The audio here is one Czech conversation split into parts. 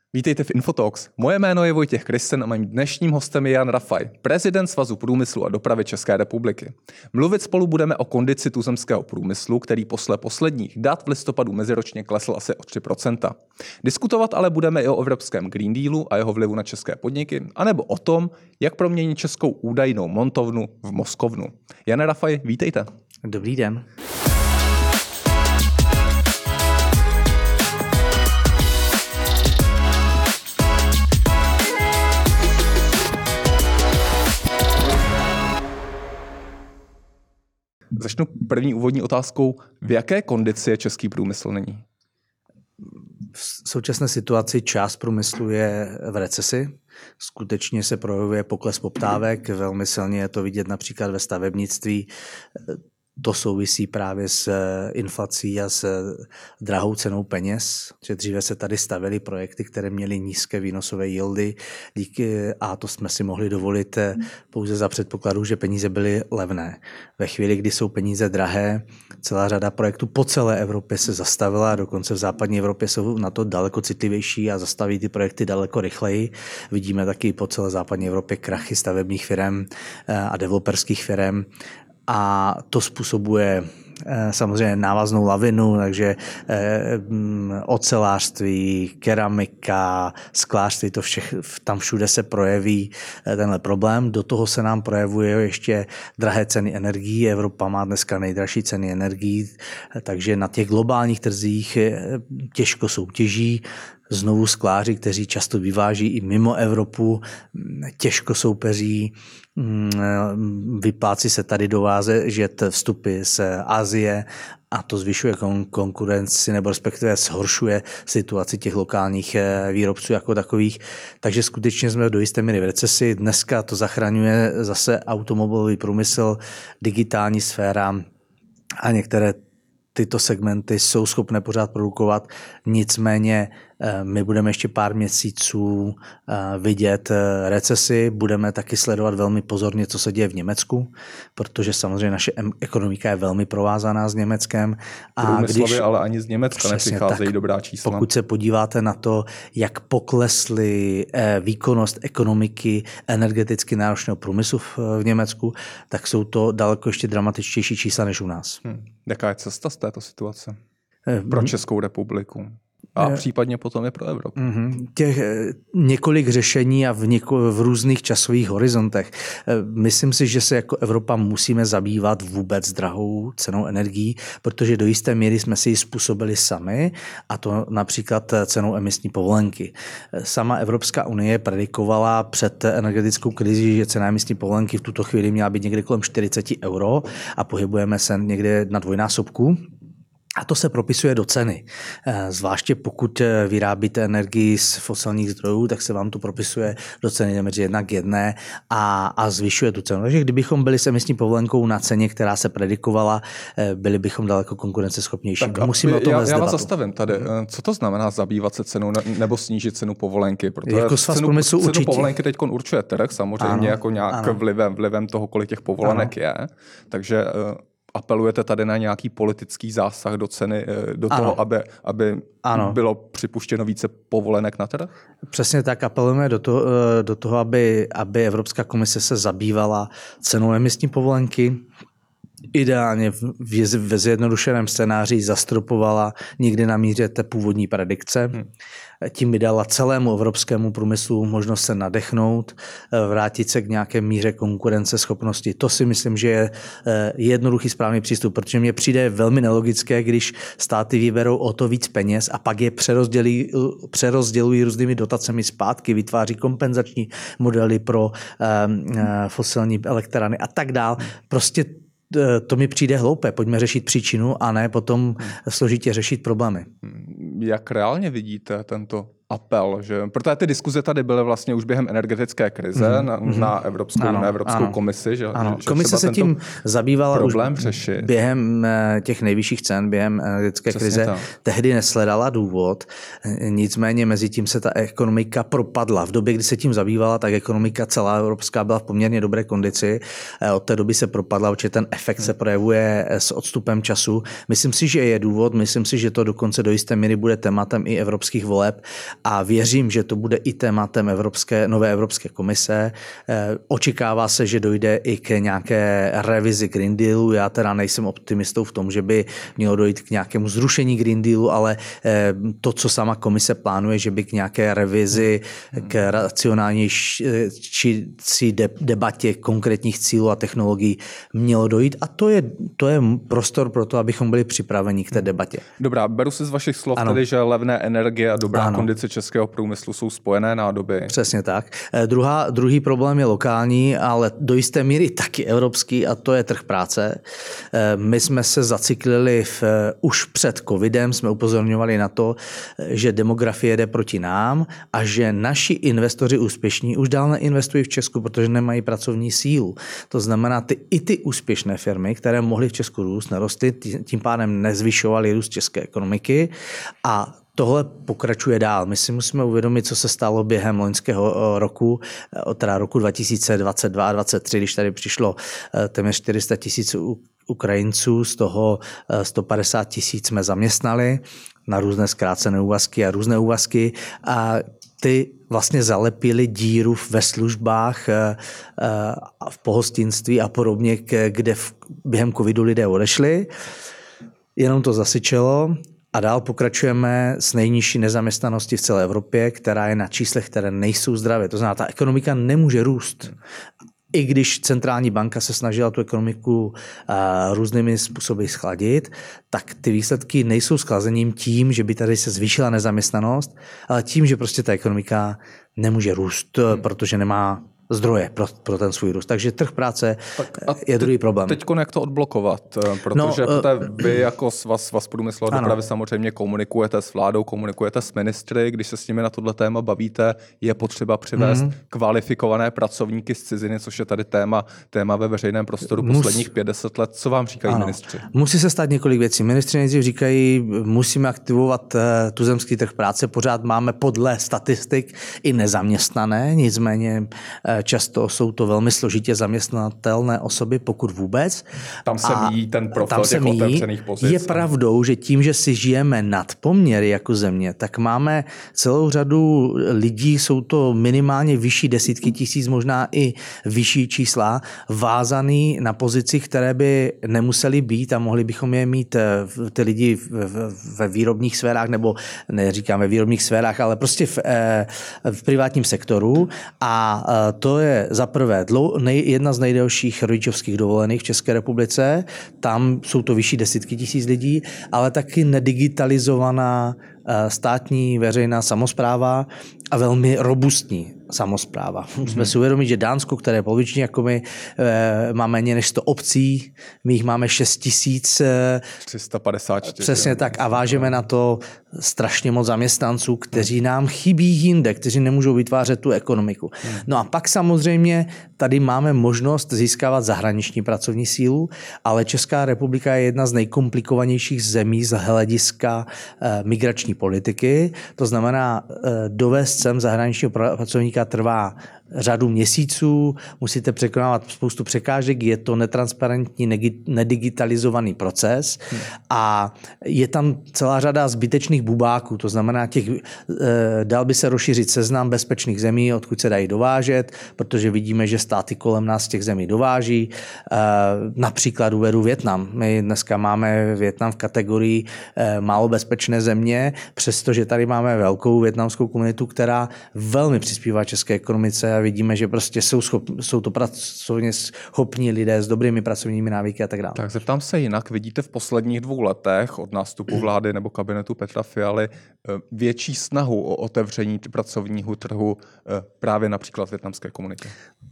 Vítejte v Infotalks. Moje jméno je Vojtěch Krysten a mým dnešním hostem je Jan Rafaj, prezident Svazu průmyslu a dopravy České republiky. Mluvit spolu budeme o kondici tuzemského průmyslu, který posle posledních dat v listopadu meziročně klesl asi o 3%. Diskutovat ale budeme i o evropském Green Dealu a jeho vlivu na české podniky, anebo o tom, jak proměnit českou údajnou montovnu v mozkovnu. Jan Rafaj, vítejte. Dobrý den. Začnu první úvodní otázkou. V jaké kondici je český průmysl nyní? V současné situaci část průmyslu je v recesi. Skutečně se projevuje pokles poptávek. Velmi silně je to vidět například ve stavebnictví. To souvisí právě s inflací a s drahou cenou peněz, že dříve se tady stavěly projekty, které měly nízké výnosové yieldy a to jsme si mohli dovolit pouze za předpokladu, že peníze byly levné. Ve chvíli, kdy jsou peníze drahé, celá řada projektů po celé Evropě se zastavila, dokonce v západní Evropě jsou na to daleko citlivější a zastaví ty projekty daleko rychleji. Vidíme taky po celé západní Evropě krachy stavebních firem a developerských firem. A to způsobuje samozřejmě návaznou lavinu, takže ocelářství, keramika, sklářství, tam všude se projeví tenhle problém. Do toho se nám projevuje ještě drahé ceny energií. Evropa má dneska nejdražší ceny energií, takže na těch globálních trzích těžko soutěží. Znovu skláři, kteří často vyváží i mimo Evropu, těžko soupeří, vyplácí se tady dovážet vstupy z Asie a to zvyšuje konkurenci nebo respektive zhoršuje situaci těch lokálních výrobců jako takových. Takže skutečně jsme do jisté míry v recesi. Dneska to zachraňuje zase automobilový průmysl, digitální sféra a některé tyto segmenty jsou schopné pořád produkovat, nicméně my budeme ještě pár měsíců vidět recesi, budeme taky sledovat velmi pozorně, co se děje v Německu, protože samozřejmě naše ekonomika je velmi provázaná s Německem. Průmyslově, ale ani z Německa nepřicházejí dobrá čísla. Pokud se podíváte na to, jak poklesly výkonnost ekonomiky energeticky náročného průmyslu v Německu, tak jsou to daleko ještě dramatičtější čísla než u nás. Jaká je cesta z této situace pro Českou republiku? A případně potom je pro Evropu. Těch několik řešení a v různých časových horizontech. Myslím si, že se jako Evropa musíme zabývat vůbec drahou cenou energií, protože do jisté míry jsme si ji způsobili sami, a to například cenou emisní povolenky. Sama Evropská unie predikovala před energetickou krizi, že cena emisní povolenky v tuto chvíli měla být někde kolem 40 € a pohybujeme se někde na dvojnásobku. A to se propisuje do ceny. Zvláště pokud vyrábíte energii z fosilních zdrojů, tak se vám to propisuje do ceny mezi 1:1 a zvyšuje tu cenu. Takže kdybychom byli s emisní povolenkou na ceně, která se predikovala, byli bychom daleko konkurenceschopnější. Musíme o tom já vás zastavím tady. Co to znamená zabývat se cenou nebo snížit cenu povolenky? Protože jako cenu povolenky teď určuje trh, samozřejmě jako nějak vlivem toho, kolik těch povolenek je. Takže apelujete tady na nějaký politický zásah do ceny, do toho, aby bylo připuštěno více povolenek na trh? Přesně tak, apelujeme do toho, aby Evropská komise se zabývala cenou emisní povolenky, ideálně ve zjednodušeném scénáři zastropovala někdy na míře té původní predikce. Tím by dala celému evropskému průmyslu možnost se nadechnout, vrátit se k nějaké míře konkurenceschopnosti. To si myslím, že je jednoduchý správný přístup, protože mně přijde velmi nelogické, když státy vyberou o to víc peněz a pak je přerozdělují různými dotacemi zpátky, vytváří kompenzační modely pro fosilní elektrárny a tak dál. Prostě to mi přijde hloupé. Pojďme řešit příčinu a ne potom složitě řešit problémy. Jak reálně vidíte tento apel? Protože ty diskuze tady byly vlastně už během energetické krize na Evropskou komisi. Že komise se tím zabývala už řešit. Během těch nejvyšších cen, během energetické krize. Tehdy nesledala důvod. Nicméně mezi tím se ta ekonomika propadla. V době, kdy se tím zabývala, tak ekonomika celá evropská byla v poměrně dobré kondici. Od té doby se propadla, protože ten efekt se projevuje s odstupem času. Myslím si, že je důvod, myslím si, že to dokonce do jisté míry bude tématem i evropských voleb a věřím, že to bude i tématem nové Evropské komise. Očekává se, že dojde i k nějaké revizi Green Dealu. Já teda nejsem optimistou v tom, že by mělo dojít k nějakému zrušení Green Dealu, ale to, co sama komise plánuje, že by k nějaké revizi, k racionálnější debatě konkrétních cílů a technologií mělo dojít. A to je prostor pro to, abychom byli připraveni k té debatě. Dobrá, beru si z vašich slov tedy, že levné energie a dobrá kondice českého průmyslu jsou spojené nádoby. Přesně tak. Druhý problém je lokální, ale do jisté míry taky evropský, a to je trh práce. My jsme se zaciklili už před covidem, jsme upozorňovali na to, že demografie jde proti nám a že naši investoři úspěšní už dál neinvestují v Česku, protože nemají pracovní sílu. To znamená, i ty úspěšné firmy, které mohly v Česku růst, nerostly, tím pádem nezvyšovaly růst české ekonomiky a tohle pokračuje dál. My si musíme uvědomit, co se stalo během loňského roku, teda roku 2022 a 2023, když tady přišlo téměř 400 000 Ukrajinců, z toho 150 000 jsme zaměstnali na různé zkrácené úvazky a různé úvazky a ty vlastně zalepily díru ve službách, v pohostinství a podobně, kde během covidu lidé odešli. Jenom to zasyčelo a dál pokračujeme s nejnižší nezaměstnaností v celé Evropě, která je na číslech, které nejsou zdravé. To znamená, ta ekonomika nemůže růst. I když centrální banka se snažila tu ekonomiku různými způsoby schladit, tak ty výsledky nejsou schlazením tím, že by tady se zvýšila nezaměstnanost, ale tím, že prostě ta ekonomika nemůže růst, protože nemá zdroje pro ten svůj růst. Takže trh práce je druhý problém. Teďko jak to odblokovat? Protože vy jako svaz průmyslu a dopravy samozřejmě komunikujete s vládou, komunikujete s ministry, když se s nimi na tohle téma bavíte, je potřeba přivést kvalifikované pracovníky z ciziny, což je tady téma ve veřejném prostoru posledních 50 let. Co vám říkají ministři? Musí se stát několik věcí. Ministři nejdřív říkají, musíme aktivovat tuzemský trh práce, pořád máme podle statistik i nezaměstnané, nicméně často jsou to velmi složitě zaměstnatelné osoby, pokud vůbec. Tam se míjí ten profil těch otevřených pozic. Je pravdou, že tím, že si žijeme nad poměry jako země, tak máme celou řadu lidí, jsou to minimálně vyšší desítky tisíc, možná i vyšší čísla, vázaný na pozicích, které by nemusely být a mohli bychom je mít ty lidi ve výrobních sférách, nebo neříkám ve výrobních sférách, ale prostě v privátním sektoru a to je za prvé jedna z nejdelších rodičovských dovolených v České republice. Tam jsou to vyšší desítky tisíc lidí, ale taky nedigitalizovaná státní veřejná samospráva a velmi robustní samospráva. Musíme si uvědomit, že Dánsko, které je poloviční jako my, má méně než 100 obcí, my jich máme 6 354. Přesně tak a vážeme na to strašně moc zaměstnanců, kteří nám chybí jinde, kteří nemůžou vytvářet tu ekonomiku. No a pak samozřejmě tady máme možnost získávat zahraniční pracovní sílu, ale Česká republika je jedna z nejkomplikovanějších zemí z hlediska migrační politiky. To znamená, dovést sem zahraničního pracovníka trvá řadu měsíců, musíte překonávat spoustu překážek, je to netransparentní, nedigitalizovaný proces a je tam celá řada zbytečných bubáků, to znamená, dal by se rozšířit seznam bezpečných zemí, odkud se dají dovážet, protože vidíme, že státy kolem nás těch zemí dováží. Například uvedu Vietnam. My dneska máme Vietnam v kategorii málo bezpečné země, přestože tady máme velkou vietnamskou komunitu, která velmi přispívá české ekonomice a vidíme, že prostě jsou to pracovně schopní lidé s dobrými pracovními návyky a tak dále. Tak zeptám se jinak, vidíte v posledních 2 letech od nástupu vlády nebo kabinetu Petra Fialy větší snahu o otevření pracovního trhu právě například vietnamské komunity?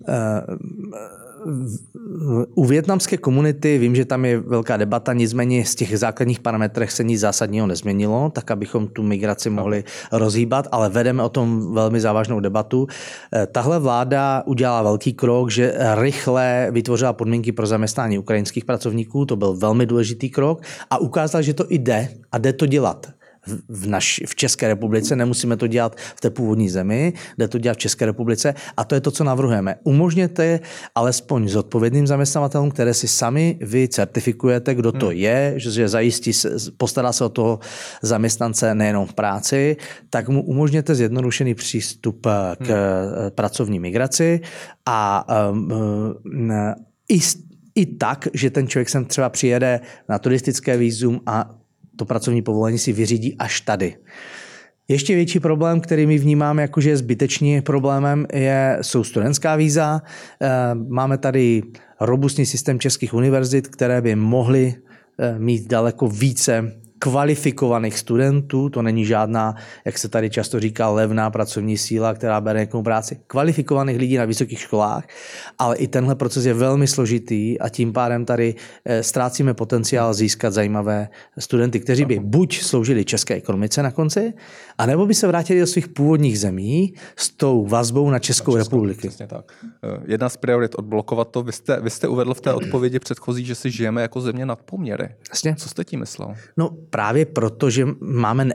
U vietnamské komunity vím, že tam je velká debata, nicméně z těch základních parametrech se nic zásadního nezměnilo, tak abychom tu migraci mohli rozhýbat, ale vedeme o tom velmi závažnou debatu. Tahle vláda udělala velký krok, že rychle vytvořila podmínky pro zaměstnání ukrajinských pracovníků, to byl velmi důležitý krok a ukázala, že to i jde a jde to dělat v České republice, nemusíme to dělat v té původní zemi, jde to dělat v České republice a to je to, co navrhujeme. Umožněte alespoň zodpovědným zaměstnavatelům, které si sami vy certifikujete, kdo to je, že zajistí, postará se o toho zaměstnance nejenom v práci, tak mu umožněte zjednodušený přístup k pracovní migraci a i tak, že ten člověk sem třeba přijede na turistické vízum a to pracovní povolení si vyřídí až tady. Ještě větší problém, který my vnímáme, jakože je zbytečný problémem, jsou studentská víza. Máme tady robustní systém českých univerzit, které by mohly mít daleko více kvalifikovaných studentů, to není žádná, jak se tady často říká, levná pracovní síla, která bere nějakou práci, kvalifikovaných lidí na vysokých školách, ale i tenhle proces je velmi složitý a tím pádem tady ztrácíme potenciál získat zajímavé studenty, kteří by buď sloužili české ekonomice na konci, anebo by se vrátili do svých původních zemí s tou vazbou na Českou republiku. Přesně tak. Jedna z priorit odblokovat to, vy jste uvedl v té odpovědi předchozí, že si žijeme jako země nad poměry. Jasně. Co jste tím myslel? No právě proto, že máme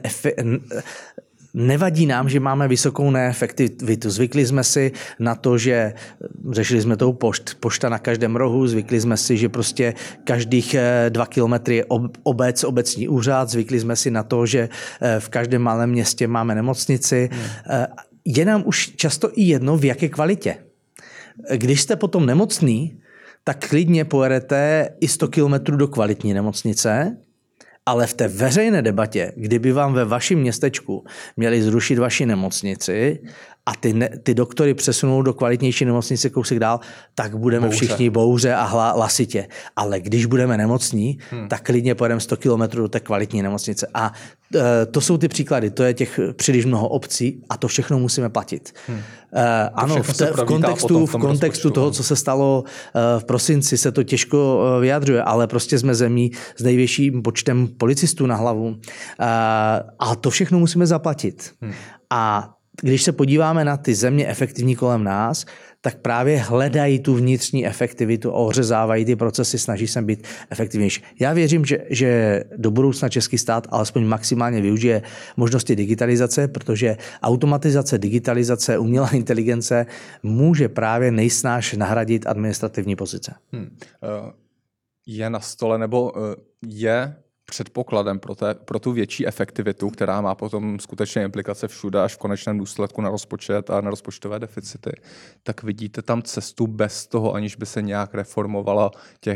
nevadí nám, že máme vysokou neefektivitu. Zvykli jsme si na to, že řešili jsme tou pošta na každém rohu, zvykli jsme si, že prostě každých 2 kilometry je obecní úřad, zvykli jsme si na to, že v každém malém městě máme nemocnici. Je nám už často i jedno, v jaké kvalitě. Když jste potom nemocný, tak klidně pojedete i 100 kilometrů do kvalitní nemocnice, ale v té veřejné debatě, kdyby vám ve vašem městečku měli zrušit vaši nemocnici a ty doktory přesunou do kvalitnější nemocnice kousek dál, tak budeme všichni bouře a hlasitě. Ale když budeme nemocní, tak klidně pojedeme 100 kilometrů do té kvalitní nemocnice. A to jsou ty příklady, to je těch příliš mnoho obcí a to všechno musíme platit. Ano, v kontextu toho, co se stalo v prosinci, se to těžko vyjadřuje, ale prostě jsme zemí s největším počtem policistů na hlavu. A to všechno musíme zaplatit. A když se podíváme na ty země efektivní kolem nás, tak právě hledají tu vnitřní efektivitu a ořezávají ty procesy, snaží se být efektivnější. Já věřím, že do budoucna český stát alespoň maximálně využije možnosti digitalizace, protože automatizace, digitalizace, umělá inteligence může právě nejsnáž nahradit administrativní pozice. Je na stole nebo je předpokladem pro tu větší efektivitu, která má potom skutečně implikace všude až v konečném důsledku na rozpočet a na rozpočtové deficity, tak vidíte tam cestu bez toho, aniž by se nějak reformovala těch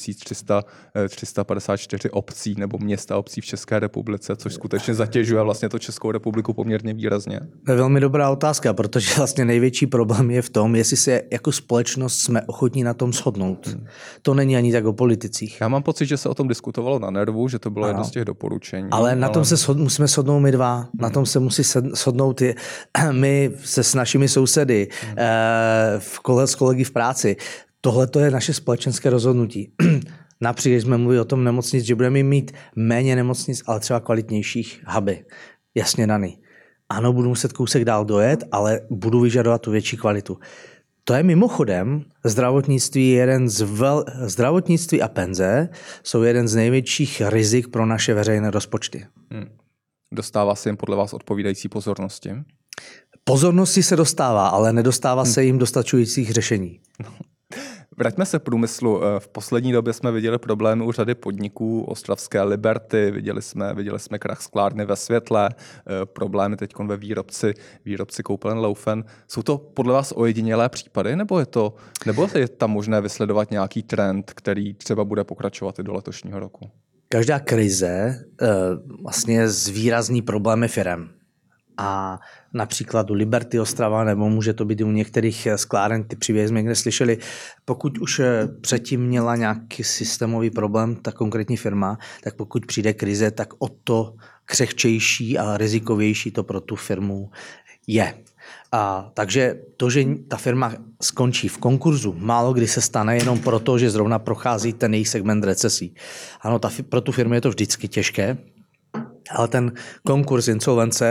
6354 obcí nebo města obcí v České republice, což skutečně zatěžuje vlastně to Českou republiku poměrně výrazně? To je velmi dobrá otázka, protože vlastně největší problém je v tom, jestli se jako společnost jsme ochotní na tom shodnout. To není ani tak o politicích. Já mám pocit, že se o tom diskutovalo na Nervu, že to bylo jedno z těch doporučení. Ale na tom se musíme shodnout my dva. Na tom se musí shodnout my se s našimi sousedy, s kolegy v práci. Tohle to je naše společenské rozhodnutí. Například jsme mluvili o tom nemocnic, že budeme mít méně nemocnic, ale třeba kvalitnějších huby. Jasně daný. Ano, budu muset kousek dál dojet, ale budu vyžadovat tu větší kvalitu. To je mimochodem, zdravotnictví a penze jsou jeden z největších rizik pro naše veřejné rozpočty. Dostává se jim podle vás odpovídající pozornosti? Pozornosti se dostává, ale nedostává se jim dostačujících řešení. Vraťme se k průmyslu. V poslední době jsme viděli problémy u řady podniků, ostravské Liberty, viděli jsme krach sklárny ve Světle, problémy teď ve výrobci koupelen Laufen. Jsou to podle vás ojedinělé případy, nebo je tam možné vysledovat nějaký trend, který třeba bude pokračovat i do letošního roku? Každá krize vlastně zvýrazní problémy firem. A například u Liberty Ostrava, nebo může to být i u některých skláren, ty příběhy jsme někde slyšeli, pokud už předtím měla nějaký systémový problém, ta konkrétní firma, tak pokud přijde krize, tak o to křehčejší a rizikovější to pro tu firmu je. Takže to, že ta firma skončí v konkurzu, málo kdy se stane jenom proto, že zrovna prochází ten jejich segment recesí. Ano, pro tu firmu je to vždycky těžké, ale ten konkurs, insolvence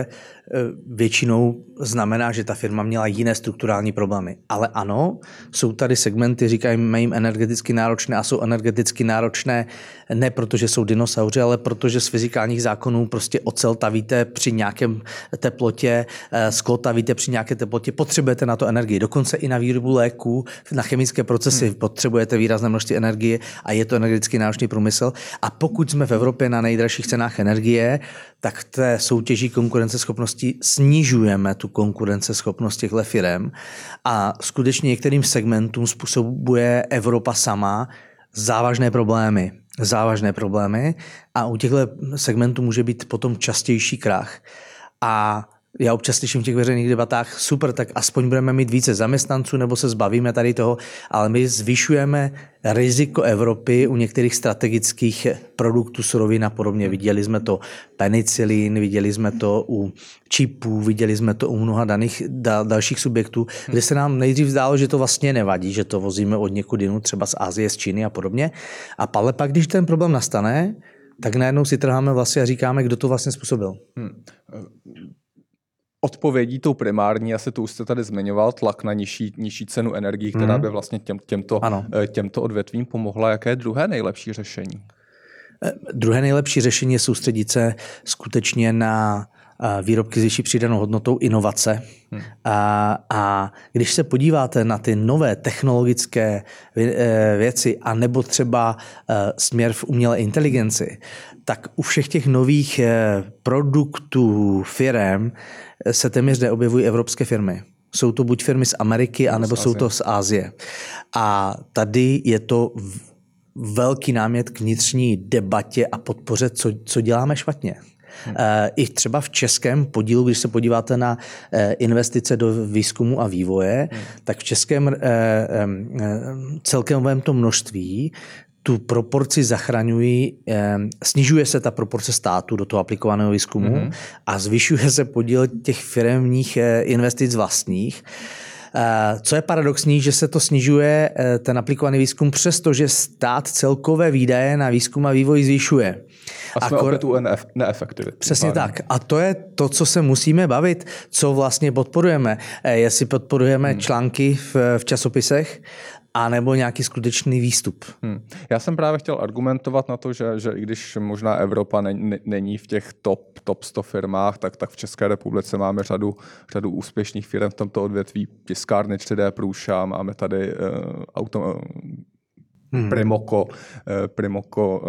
většinou znamená, že ta firma měla jiné strukturální problémy. Ale ano, jsou tady segmenty, říkají jim energeticky náročné a jsou energeticky náročné ne protože jsou dinosauři, ale protože z fyzikálních zákonů prostě ocel tavíte při nějakém teplotě, sklo tavíte při nějaké teplotě, potřebujete na to energii. Dokonce i na výrobu léků, na chemické procesy potřebujete výrazné množství energie a je to energeticky náročný průmysl. A pokud jsme v Evropě na nejdražších cenách energie, tak v té soutěží konkurenceschopnosti snižujeme tu konkurenceschopnost těchto firem a skutečně některým segmentům způsobuje Evropa sama závažné problémy a u těchto segmentů může být potom častější krach. A já občas slyším v těch veřejných debatách, super, tak aspoň budeme mít více zaměstnanců nebo se zbavíme tady toho, ale my zvyšujeme riziko Evropy u některých strategických produktů, surovin a podobně. Viděli jsme to penicilin, viděli jsme to u čipů, viděli jsme to u mnoha dalších subjektů, kde se nám nejdřív zdálo, že to vlastně nevadí, že to vozíme od někud jinut, třeba z Asie, z Číny a podobně. Ale pak, když ten problém nastane, tak najednou si trháme vlasy a říkáme, kdo to vlastně způsobil. Odpovědí tou primární, asi to už jste tady zmiňoval, tlak na nižší cenu energií, která by vlastně těmto odvětvím pomohla. Jaké je druhé nejlepší řešení? Druhé nejlepší řešení je soustředit se skutečně na výrobky s vyšší přidanou hodnotou, inovace. A když se podíváte na ty nové technologické věci a nebo třeba směr v umělé inteligenci, tak u všech těch nových produktů, firem se téměř neobjevují evropské firmy. Jsou to buď firmy z Ameriky, anebo jsou to z Asie. A tady je to velký námět k vnitřní debatě a podpoře, co děláme špatně. I třeba v českém podílu, když se podíváte na investice do výzkumu a vývoje, tak v českém celkovém to množství tu proporci zachraňují, snižuje se ta proporce státu do toho aplikovaného výzkumu a zvyšuje se podíl těch firemních investic vlastních. Co je paradoxní, že se to snižuje ten aplikovaný výzkum, přestože stát celkové výdaje na výzkum a vývoj zvyšuje. A jsme opět u neefektivity. Přesně tak. A to je to, co se musíme bavit, co vlastně podporujeme. Jestli podporujeme články v časopisech, a nebo nějaký skutečný výstup. Já jsem právě chtěl argumentovat na to, že i když možná Evropa není v těch top 100 firmách, tak v České republice máme řadu úspěšných firm v tomto odvětví, tiskárny 3D Průša, máme tady Primoco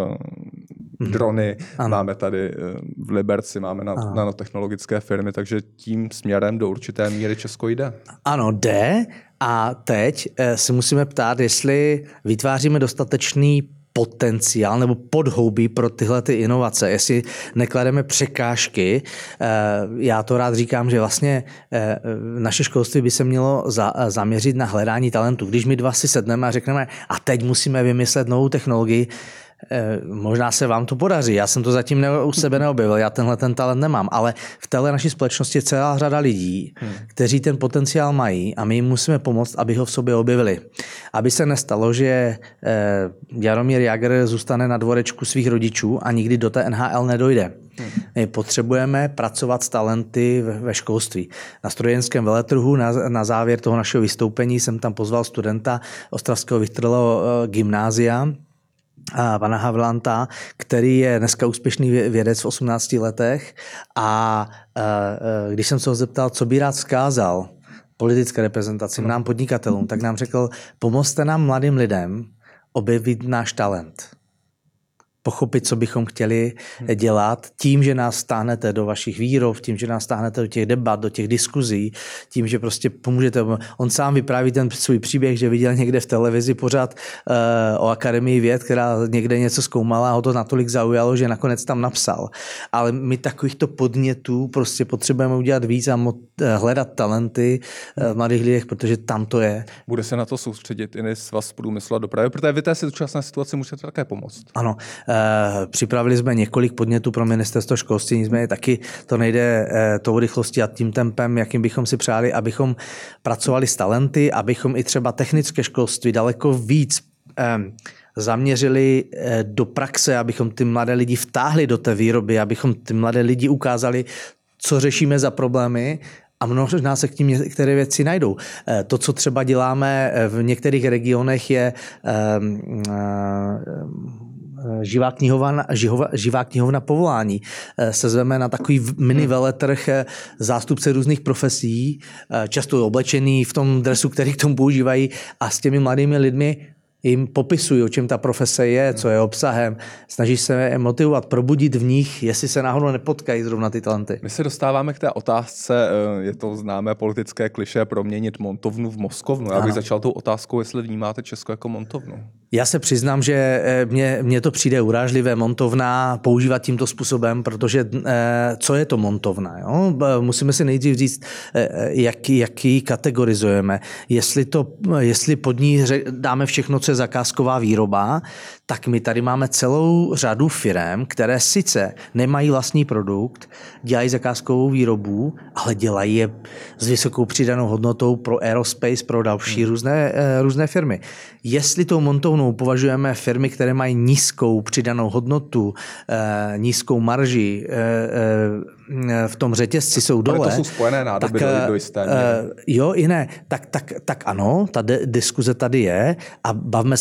drony, máme tady v Liberci, máme nanotechnologické firmy, takže tím směrem do určité míry Česko jde. Ano, jde. A teď si musíme ptát, jestli vytváříme dostatečný potenciál nebo podhoubí pro tyhle ty inovace, jestli neklademe překážky. Já to rád říkám, že vlastně naše školství by se mělo zaměřit na hledání talentu. Když my dva si sedneme a řekneme, a teď musíme vymyslet novou technologii, možná se vám to podaří. Já jsem to zatím u sebe neobjevil, já ten talent nemám, ale v téhle naší společnosti je celá řada lidí, kteří ten potenciál mají a my jim musíme pomoct, aby ho v sobě objevili. Aby se nestalo, že Jaromír Jágr zůstane na dvorečku svých rodičů a nikdy do té NHL nedojde. My potřebujeme pracovat s talenty ve školství. Na strojenském veletrhu na závěr toho našeho vystoupení jsem tam pozval studenta Ostravského Vychtrlého gymnázia, pana Havlanta, který je dneska úspěšný vědec v 18 letech a když jsem se ho zeptal, co by rád vzkázal politické reprezentaci, nám podnikatelům, tak nám řekl, pomozte nám mladým lidem objevit náš talent. Pochopit, co bychom chtěli dělat tím, že nás stáhnete do vašich výrob, tím, že nás stáhnete do těch debat, do těch diskuzí, tím, že prostě pomůžete. On sám vypráví ten svůj příběh, že viděl někde v televizi pořád o Akademii věd, která někde něco zkoumala a ho to natolik zaujalo, že nakonec tam napsal. Ale my takovýchto podnětů prostě potřebujeme udělat víc a hledat talenty v mladých lidech, protože tam to je. Bude se na to soustředit i Svaz průmyslu a dopravy, protože vy té současné situaci můžete také pomoct. Ano. Připravili jsme několik podnětů pro ministerstvo školství, nicméně taky to nejde tou rychlostí a tím tempem, jakým bychom si přáli, abychom pracovali s talenty, abychom i třeba technické školství daleko víc zaměřili do praxe, abychom ty mladé lidi vtáhli do té výroby, abychom ty mladé lidi ukázali, co řešíme za problémy, a možná se k tím některé věci najdou. To, co třeba děláme v některých regionech, je živá knihovna povolání. Sezveme na takový mini veletrh zástupce různých profesí, často oblečený v tom dresu, který k tomu používají, a s těmi mladými lidmi jim popisují, o čem ta profese je, co je obsahem. Snaží se motivovat, probudit v nich, jestli se náhodou nepotkají zrovna ty talenty. My se dostáváme k té otázce, je to známé politické klišé, proměnit montovnu v moskovnu. Já bych začal tou otázkou, jestli vnímáte Česko jako montovnu. Já se přiznám, že mně to přijde urážlivé montovna používat tímto způsobem, protože co je to montovna? Jo? Musíme si nejdřív říct, jak ji kategorizujeme. Jestli pod ní dáme všechno, co je zakázková výroba, tak my tady máme celou řadu firem, které sice nemají vlastní produkt, dělají zakázkovou výrobu, ale dělají je s vysokou přidanou hodnotou pro aerospace, pro další různé firmy. Jestli tou montovnou považujeme firmy, které mají nízkou přidanou hodnotu, nízkou marži, v tom řetězci jsou dole. Ale to jsou spojené nádoby do jisté míry. Jo, i ne. Tak ano, ta diskuze tady je a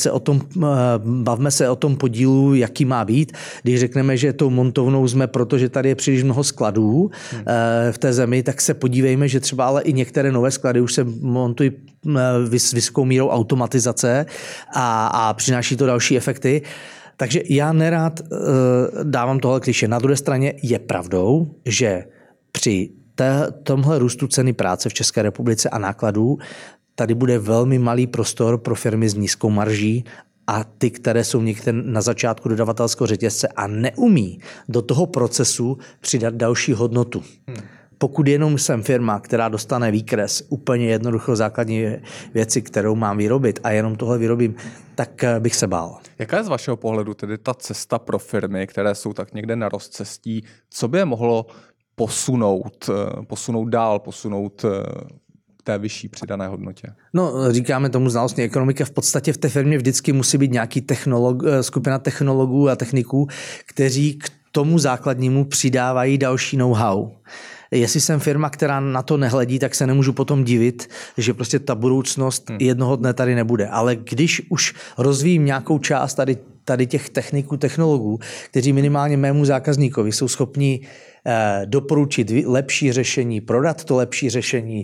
bavme se o tom podílu, jaký má být. Když řekneme, že tou montovnou jsme, protože tady je příliš mnoho skladů v té zemi, tak se podívejme, že třeba ale i některé nové sklady už se montují s vysokou mírou automatizace a přináší to další efekty. Takže já nerad dávám tohle klišé. Na druhé straně je pravdou, že při tomhle růstu ceny práce v České republice a nákladů tady bude velmi malý prostor pro firmy s nízkou marží a ty, které jsou někde na začátku dodavatelského řetězce a neumí do toho procesu přidat další hodnotu. Pokud jenom jsem firma, která dostane výkres úplně jednoduchou základní věci, kterou mám vyrobit a jenom tohle vyrobím, tak bych se bál. Jaká je z vašeho pohledu tedy ta cesta pro firmy, které jsou tak někde na rozcestí? Co by je mohlo posunout dál, posunout k té vyšší přidané hodnotě? No, říkáme tomu znalostní ekonomika. V podstatě v té firmě vždycky musí být nějaký skupina technologů a techniků, kteří k tomu základnímu přidávají další know-how. Jestli jsem firma, která na to nehledí, tak se nemůžu potom divit, že prostě ta budoucnost jednoho dne tady nebude. Ale když už rozvíjím nějakou část tady těch techniků, technologů, kteří minimálně mému zákazníkovi jsou schopni doporučit lepší řešení, prodat to lepší řešení,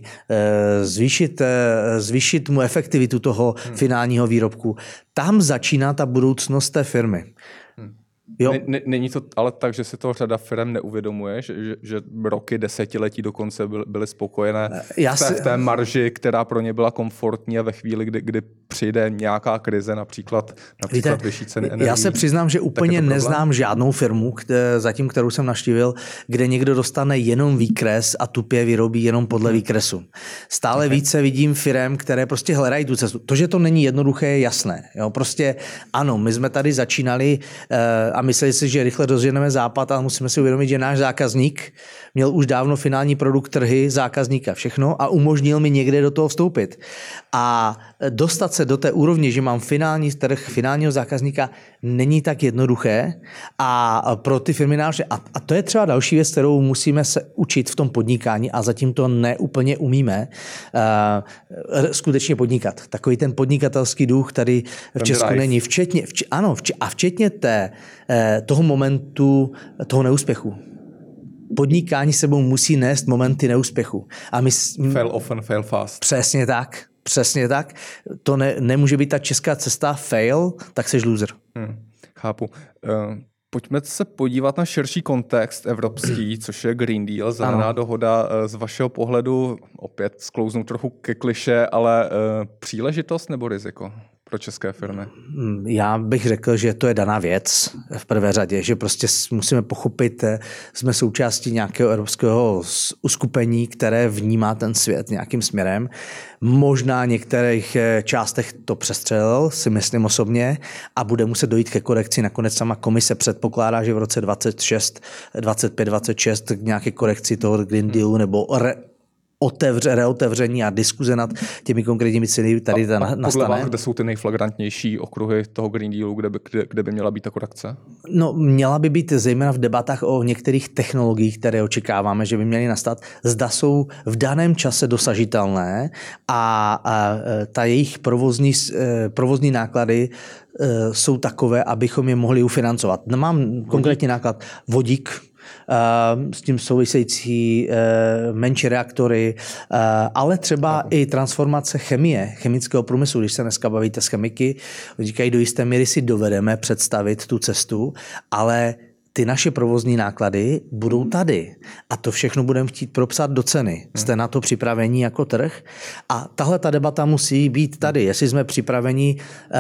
zvýšit mu efektivitu toho finálního výrobku, tam začíná ta budoucnost té firmy. Jo. Není to ale tak, že si to řada firm neuvědomuje, že roky, desetiletí dokonce byly spokojené v té marži, která pro ně byla komfortní, a ve chvíli, kdy přijde nějaká krize, například vyšší ceny energií. Já se přiznám, že úplně neznám žádnou firmu, zatím kterou jsem navštívil, kde někdo dostane jenom výkres a tupě vyrobí jenom podle výkresu. Stále více vidím firem, které prostě hledají tu cestu. To, že to není jednoduché, je jasné. Jo, prostě ano, my jsme tady začínali a mysleli si, že rychle rozženeme západ, ale musíme si uvědomit, že náš zákazník měl už dávno finální produkt, trhy, zákazníka, všechno a umožnil mi někde do toho vstoupit. A dostat se do té úrovně, že mám finální trh, finálního zákazníka, není tak jednoduché a pro ty firmy náročné. A to je třeba další věc, kterou musíme se učit v tom podnikání a zatím to neúplně umíme skutečně podnikat. Takový ten podnikatelský duch tady v Česku není. Včetně toho momentu, toho neúspěchu. Podnikání sebou musí nést momenty neúspěchu. A Fail often, fail fast. Přesně tak. To nemůže být ta česká cesta fail, tak seš loser. Chápu. Pojďme se podívat na širší kontext evropský, což je Green Deal, zelená dohoda. Z vašeho pohledu opět sklouznu trochu ke kliše, ale příležitost nebo riziko pro české firmy? Já bych řekl, že to je daná věc v prvé řadě, že prostě musíme pochopit, jsme součástí nějakého evropského uskupení, které vnímá ten svět nějakým směrem. Možná některých částech to přestřelil, si myslím osobně, a bude muset dojít ke korekci. Nakonec sama komise předpokládá, že v roce 25, 26 k nějaké korekci toho Green Dealu nebo reotevření a diskuze nad těmi konkrétními cíli tady nastane. Podle vás, kde jsou ty nejflagrantnější okruhy toho Green Dealu, kde by měla být ta korekce? No, měla by být zejména v debatách o některých technologiích, které očekáváme, že by měly nastat, zda jsou v daném čase dosažitelné a ta jejich provozní náklady jsou takové, abychom je mohli ufinancovat. Mám konkrétní náklad vodík, s tím související menší reaktory, ale třeba i transformace chemického průmyslu. Když se dneska bavíte s chemiky, říkají, do jisté míry si dovedeme představit tu cestu, ale ty naše provozní náklady budou tady a to všechno budeme chtít propsat do ceny. Jste na to připraveni jako trh? A tahle ta debata musí být tady. Jestli jsme připraveni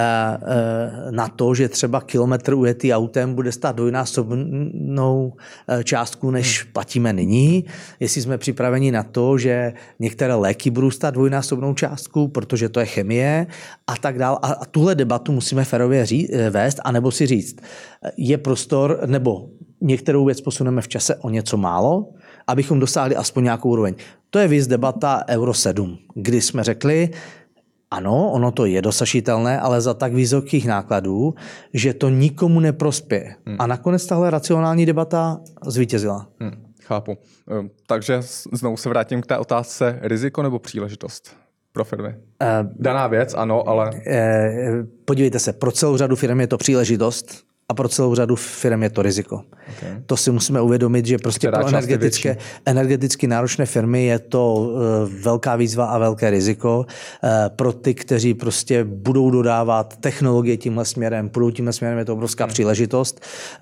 na to, že třeba kilometr ujetý autem bude stát dvojnásobnou částku, než platíme nyní. Jestli jsme připraveni na to, že některé léky budou stát dvojnásobnou částku, protože to je chemie a tak dál. A tuhle debatu musíme férově vést, anebo si říct, je prostor, nebo některou věc posuneme v čase o něco málo, abychom dosáhli aspoň nějakou úroveň. To je víc debata Euro 7, kdy jsme řekli, ano, ono to je dosažitelné, ale za tak vysokých nákladů, že to nikomu neprospěje. A nakonec tahle racionální debata zvítězila. Chápu. Takže znovu se vrátím k té otázce, riziko nebo příležitost pro firmy? Daná věc, ano, ale... Podívejte se, pro celou řadu firm je to příležitost, a pro celou řadu firm je to riziko. Okay. To si musíme uvědomit, že prostě pro energeticky náročné firmy je to velká výzva a velké riziko. Pro ty, kteří prostě budou dodávat technologie tímhle směrem, půjdou tímhle směrem, je to obrovská příležitost.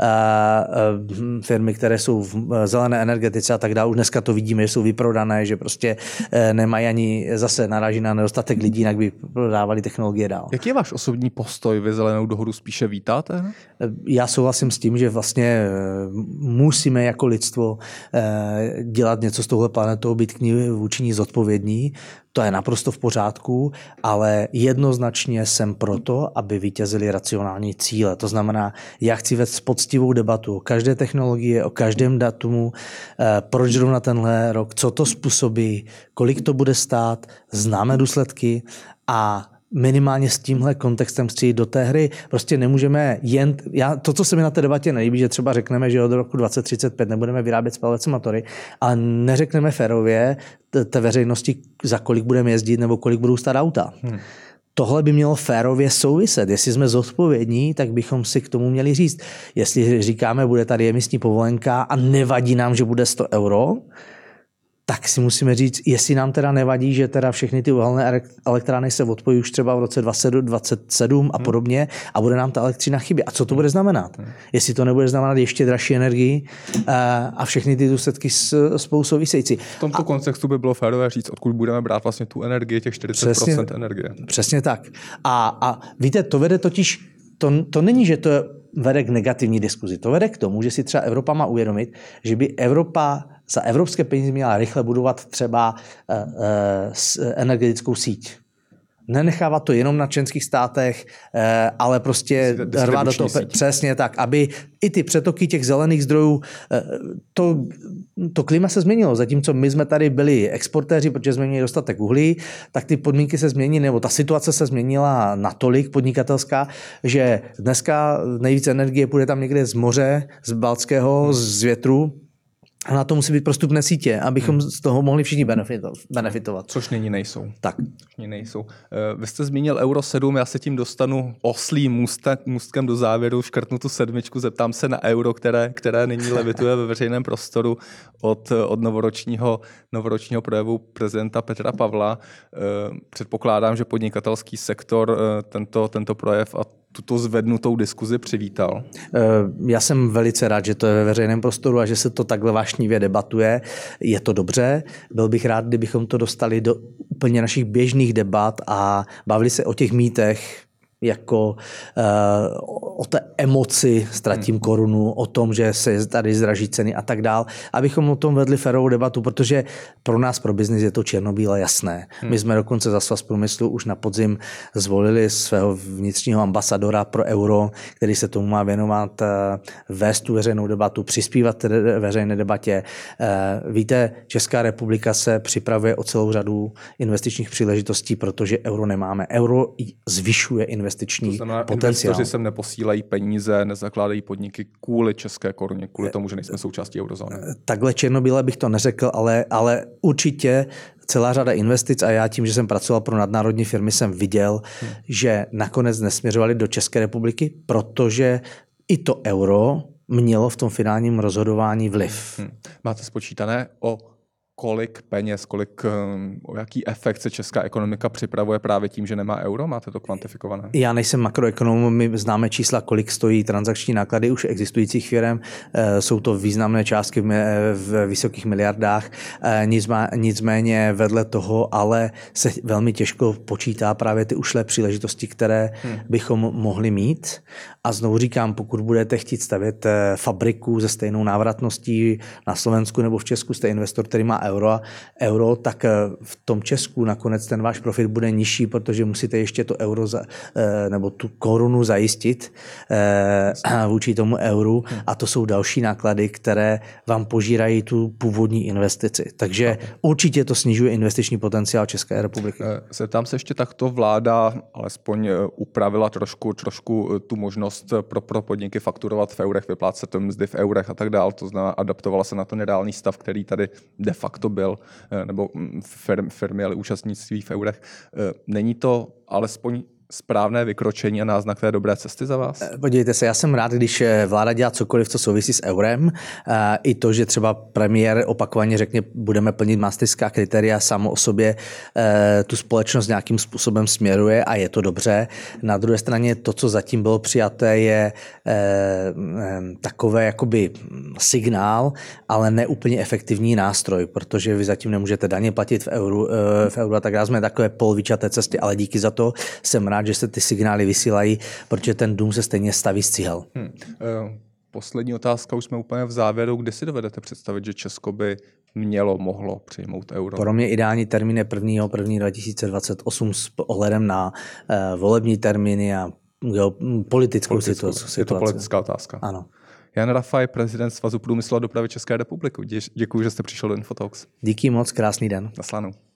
Firmy, které jsou v zelené energetice a tak dále, už dneska to vidíme, že jsou vyprodané, že prostě nemají ani, zase naráží na nedostatek lidí, jinak by prodávali technologie dál. Jaký je váš osobní postoj? Vy zelenou dohodu spíše vítáte? Já souhlasím s tím, že vlastně musíme jako lidstvo dělat něco s touhle planetou, být k ní vůči ní zodpovědní. To je naprosto v pořádku, ale jednoznačně jsem proto, aby vítězily racionální cíle. To znamená, já chci vést poctivou debatu o každé technologii, o každém datumu, proč zrovna tenhle rok, co to způsobí, kolik to bude stát, známe důsledky a minimálně s tímhle kontextem chci jít do té hry. Prostě nemůžeme jen... To, co se mi na té debatě nelíbí, že třeba řekneme, že od roku 2035 nebudeme vyrábět spalovací motory, ale neřekneme férově té veřejnosti, za kolik budeme jezdit nebo kolik budou stát auta. Tohle by mělo férově souviset. Jestli jsme zodpovědní, tak bychom si k tomu měli říct. Jestli říkáme, bude tady emisní povolenka a nevadí nám, že bude 100 €, tak si musíme říct, jestli nám teda nevadí, že teda všechny ty uhelné elektrárny se odpojí už třeba v roce 2027 a podobně a bude nám ta elektřina chybět. A co to bude znamenat? Jestli to nebude znamenat ještě dražší energii a všechny ty důsledky spolu související. V tomto kontextu by bylo férové říct, odkud budeme brát vlastně tu energii, těch 40% energie. Přesně tak. A víte, to vede totiž, to není, že to vede k negativní diskuzi. To vede k tomu, že si třeba Evropa má uvědomit, že by Evropa za evropské peníze měla rychle budovat třeba energetickou síť. Nenechávat to jenom na členských státech, ale prostě rvát do toho přesně tak, aby i ty přetoky těch zelených zdrojů, to klima se změnilo. Zatímco my jsme tady byli exportéři, protože jsme měli dostatek uhlí, tak ty podmínky se změnily, nebo ta situace se změnila natolik podnikatelská, že dneska nejvíce energie půjde tam někde z moře, z Baltského, z větru. A na to musí být prostupné sítě, abychom z toho mohli všichni benefitovat. Což nyní nejsou. Tak. Vy jste zmínil Euro 7, já se tím dostanu oslým můstkem do závěru, škrtnu tu 7, zeptám se na euro, které nyní levituje ve veřejném prostoru od novoročního projevu prezidenta Petra Pavla. Předpokládám, že podnikatelský sektor tento projev a tuto zvednutou diskuzi přivítal. Já jsem velice rád, že to je ve veřejném prostoru a že se to takhle vášnivě debatuje. Je to dobře. Byl bych rád, kdybychom to dostali do úplně našich běžných debat a bavili se o těch mýtech, jako o té emoci ztratím korunu, o tom, že se tady zdraží ceny a tak dál, abychom o tom vedli férovou debatu, protože pro nás, pro biznis je to černobíle jasné. My jsme dokonce za Svaz průmyslu už na podzim zvolili svého vnitřního ambasadora pro euro, který se tomu má věnovat, vést tu veřejnou debatu, přispívat té veřejné debatě. Víte, Česká republika se připravuje o celou řadu investičních příležitostí, protože euro nemáme. Euro zvyšuje investiční potenciál. Investoři sem neposílají peníze, nezakládají podniky kvůli české koruně, kvůli tomu, že nejsme součástí eurozóny. Takhle černobíle bych to neřekl, ale určitě celá řada investic a já tím, že jsem pracoval pro nadnárodní firmy, jsem viděl, že nakonec nesměřovali do České republiky, protože i to euro mělo v tom finálním rozhodování vliv. Máte spočítané o kolik peněz, o jaký efekt se česká ekonomika připravuje právě tím, že nemá euro? Máte to kvantifikované? Já nejsem makroekonom, my známe čísla, kolik stojí transakční náklady už existujících firm. Jsou to významné částky v vysokých miliardách. Nicméně vedle toho ale se velmi těžko počítá právě ty ušlé příležitosti, které bychom mohli mít. A znovu říkám, pokud budete chtít stavět fabriku se stejnou návratností na Slovensku nebo v Česku, jste investor, který má euro, tak v tom Česku nakonec ten váš profit bude nižší, protože musíte ještě to euro nebo tu korunu zajistit vůči tomu euru a to jsou další náklady, které vám požírají tu původní investici. Takže určitě to snižuje investiční potenciál České republiky. Zeptám se ještě, takto vláda alespoň upravila trošku tu možnost pro podniky fakturovat v eurech, vyplácet mzdy v eurech a tak dál. To znamená, adaptovala se na ten reálný stav, který tady de facto byl, nebo firmy, ale účastnictví v eurech. Není to alespoň správné vykročení a náznak té dobré cesty za vás? Podívejte se, já jsem rád, když vláda dělá cokoliv, co souvisí s eurem. I to, že třeba premiér opakovaně řekne, budeme plnit maastrichtská kritéria, samo o sobě tu společnost nějakým způsobem směruje a je to dobře. Na druhé straně to, co zatím bylo přijaté, je takové jakoby signál, ale ne úplně efektivní nástroj, protože vy zatím nemůžete daně platit v euru a tak dále. Jsme takové polovičaté cesty, ale díky za to jsem rád, že se ty signály vysílají, protože ten dům se stejně staví z cihel. Poslední otázka, už jsme úplně v závěru. Kdy si dovedete představit, že Česko by mohlo přijmout euro? Pro mě ideální termín je 1.1.2028 s ohledem na volební termíny a politickou situaci. Je to politická otázka. Ano. Jan Rafaj, prezident Svazu průmyslu a dopravy České republiky. Děkuji, že jste přišel do Infotalks. Díky moc, krásný den. Naslanou.